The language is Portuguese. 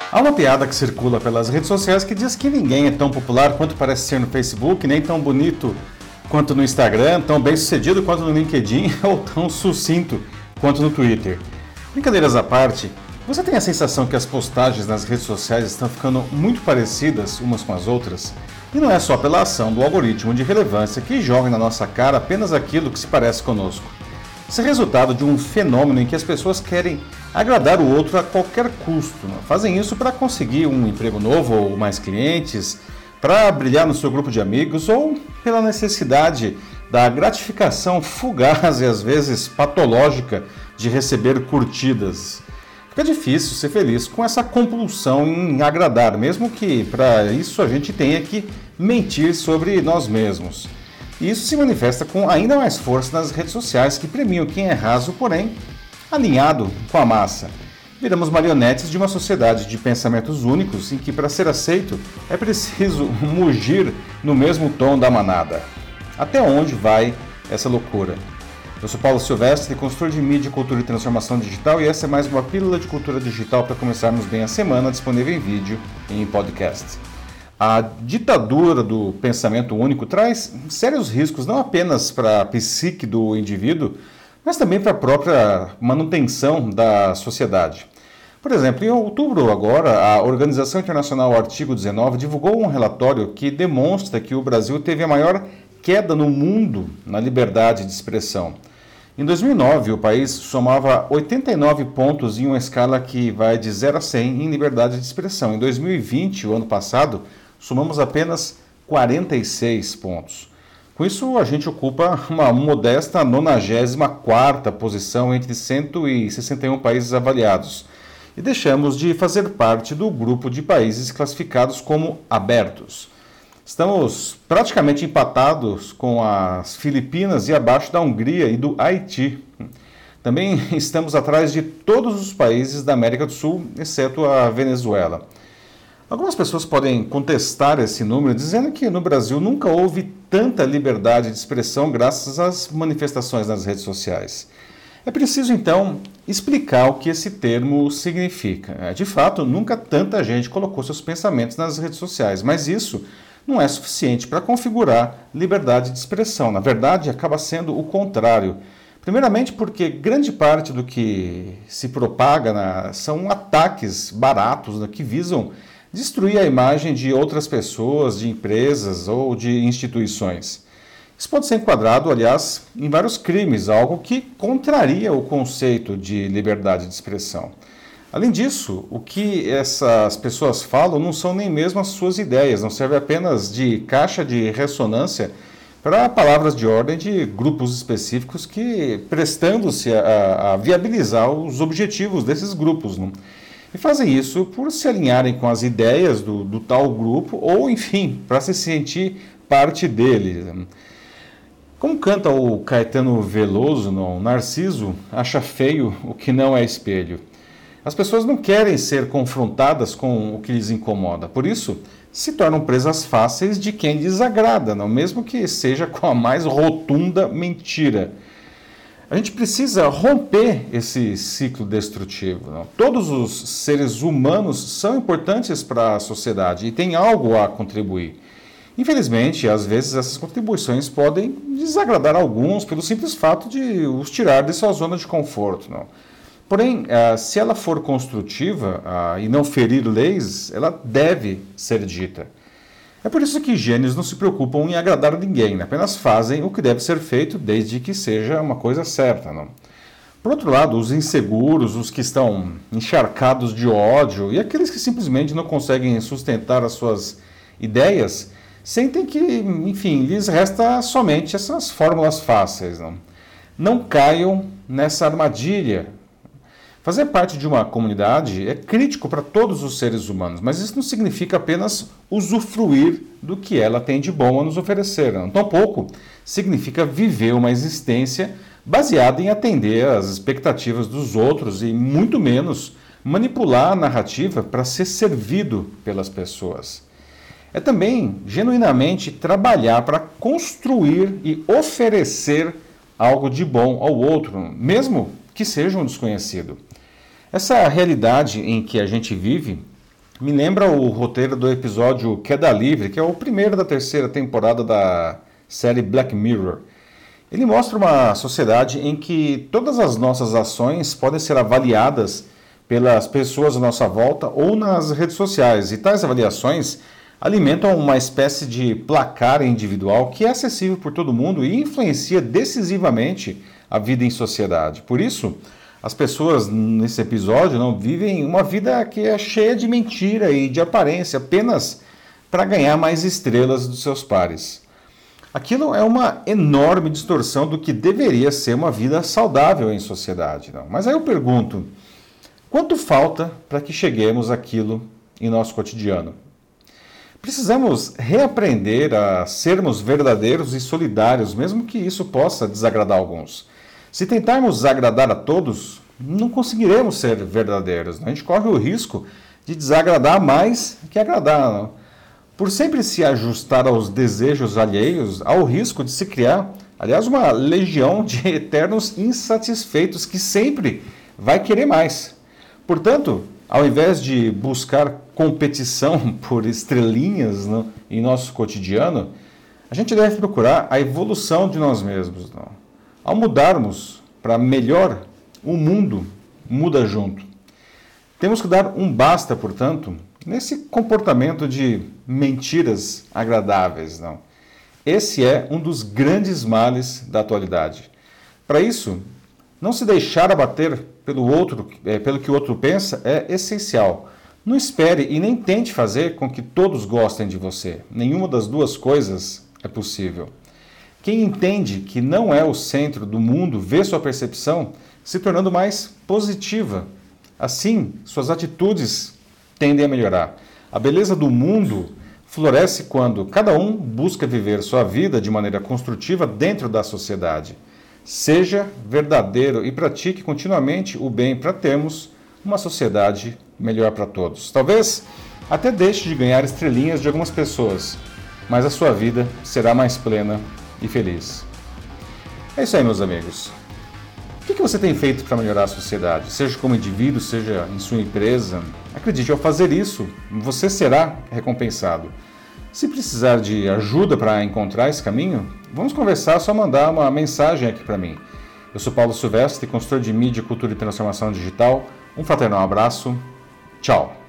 Há uma piada que circula pelas redes sociais que diz que ninguém é tão popular quanto parece ser no Facebook, nem tão bonito quanto no Instagram, tão bem sucedido quanto no LinkedIn ou tão sucinto quanto no Twitter. Brincadeiras à parte, você tem a sensação que as postagens nas redes sociais estão ficando muito parecidas umas com as outras? E não é só pela ação do algoritmo de relevância que joga na nossa cara apenas aquilo que se parece conosco. Isso é resultado de um fenômeno em que as pessoas querem agradar o outro a qualquer custo. Fazem isso para conseguir um emprego novo ou mais clientes, para brilhar no seu grupo de amigos ou pela necessidade da gratificação fugaz e às vezes patológica de receber curtidas. Fica difícil ser feliz com essa compulsão em agradar, mesmo que para isso a gente tenha que mentir sobre nós mesmos. E isso se manifesta com ainda mais força nas redes sociais, que premiam quem é raso, porém alinhado com a massa. Viramos marionetes de uma sociedade de pensamentos únicos em que, para ser aceito, é preciso mugir no mesmo tom da manada. Até onde vai essa loucura? Eu sou Paulo Silvestre, consultor de mídia, cultura e transformação digital, e essa é mais uma pílula de cultura digital para começarmos bem a semana, disponível em vídeo e em podcast. A ditadura do pensamento único traz sérios riscos não apenas para a psique do indivíduo, mas também para a própria manutenção da sociedade. Por exemplo, em outubro agora, a Organização Internacional Artigo 19 divulgou um relatório que demonstra que o Brasil teve a maior queda no mundo na liberdade de expressão. Em 2009, o país somava 89 pontos em uma escala que vai de 0 a 100 em liberdade de expressão. Em 2020, o ano passado, somamos apenas 46 pontos. Com isso, a gente ocupa uma modesta 94ª posição entre 161 países avaliados. E deixamos de fazer parte do grupo de países classificados como abertos. Estamos praticamente empatados com as Filipinas e abaixo da Hungria e do Haiti. Também estamos atrás de todos os países da América do Sul, exceto a Venezuela. Algumas pessoas podem contestar esse número dizendo que no Brasil nunca houve tanta liberdade de expressão graças às manifestações nas redes sociais. É preciso, então, explicar o que esse termo significa. De fato, nunca tanta gente colocou seus pensamentos nas redes sociais, mas isso não é suficiente para configurar liberdade de expressão. Na verdade, acaba sendo o contrário. Primeiramente porque grande parte do que se propaga são ataques baratos que visam destruir a imagem de outras pessoas, de empresas ou de instituições. Isso pode ser enquadrado, aliás, em vários crimes, algo que contraria o conceito de liberdade de expressão. Além disso, o que essas pessoas falam não são nem mesmo as suas ideias, não serve apenas de caixa de ressonância para palavras de ordem de grupos específicos que prestando-se a viabilizar os objetivos desses grupos. E fazem isso por se alinharem com as ideias do tal grupo ou, enfim, para se sentir parte dele. Como canta o Caetano Veloso, Narciso acha feio o que não é espelho. As pessoas não querem ser confrontadas com o que lhes incomoda, por isso se tornam presas fáceis de quem desagrada, mesmo que seja com a mais rotunda mentira. A gente precisa romper esse ciclo destrutivo. Todos os seres humanos são importantes para a sociedade e têm algo a contribuir. Infelizmente, às vezes essas contribuições podem desagradar alguns pelo simples fato de os tirar de sua zona de conforto. Porém, se ela for construtiva e não ferir leis, ela deve ser dita. É por isso que gênios não se preocupam em agradar ninguém, apenas fazem o que deve ser feito desde que seja uma coisa certa. Por outro lado, os inseguros, os que estão encharcados de ódio e aqueles que simplesmente não conseguem sustentar as suas ideias, sentem que, enfim, lhes resta somente essas fórmulas fáceis. Não caiam nessa armadilha. Fazer parte de uma comunidade é crítico para todos os seres humanos, mas isso não significa apenas usufruir do que ela tem de bom a nos oferecer. Tampouco significa viver uma existência baseada em atender às expectativas dos outros e, muito menos, manipular a narrativa para ser servido pelas pessoas. É também, genuinamente, trabalhar para construir e oferecer algo de bom ao outro, mesmo que seja um desconhecido. Essa realidade em que a gente vive me lembra o roteiro do episódio Queda Livre, que é o primeiro da terceira temporada da série Black Mirror. Ele mostra uma sociedade em que todas as nossas ações podem ser avaliadas pelas pessoas à nossa volta ou nas redes sociais, e tais avaliações alimentam uma espécie de placar individual que é acessível por todo mundo e influencia decisivamente a vida em sociedade. Por isso, as pessoas nesse episódio não vivem uma vida que é cheia de mentira e de aparência apenas para ganhar mais estrelas dos seus pares. Aquilo é uma enorme distorção do que deveria ser uma vida saudável em sociedade. Não? Mas aí eu pergunto, quanto falta para que cheguemos àquilo em nosso cotidiano? Precisamos reaprender a sermos verdadeiros e solidários, mesmo que isso possa desagradar alguns. Se tentarmos agradar a todos, não conseguiremos ser verdadeiros. Não? A gente corre o risco de desagradar mais que agradar. Não? Por sempre se ajustar aos desejos alheios, há o risco de se criar, aliás, uma legião de eternos insatisfeitos que sempre vai querer mais. Portanto, ao invés de buscar competição por estrelinhas em nosso cotidiano, a gente deve procurar a evolução de nós mesmos. Não? Ao mudarmos para melhor, o mundo muda junto. Temos que dar um basta, portanto, nesse comportamento de mentiras agradáveis. Não? Esse é um dos grandes males da atualidade. Para isso, não se deixar abater pelo que o outro pensa é essencial. Não espere e nem tente fazer com que todos gostem de você. Nenhuma das duas coisas é possível. Quem entende que não é o centro do mundo vê sua percepção se tornando mais positiva. Assim, suas atitudes tendem a melhorar. A beleza do mundo floresce quando cada um busca viver sua vida de maneira construtiva dentro da sociedade. Seja verdadeiro e pratique continuamente o bem para termos uma sociedade melhor para todos. Talvez até deixe de ganhar estrelinhas de algumas pessoas, mas a sua vida será mais plena e feliz. É isso aí, meus amigos. O que você tem feito para melhorar a sociedade? Seja como indivíduo, seja em sua empresa. Acredite, ao fazer isso, você será recompensado. Se precisar de ajuda para encontrar esse caminho, vamos conversar, é só mandar uma mensagem aqui para mim. Eu sou Paulo Silvestre, consultor de mídia, cultura e transformação digital. Um fraternal abraço. Tchau.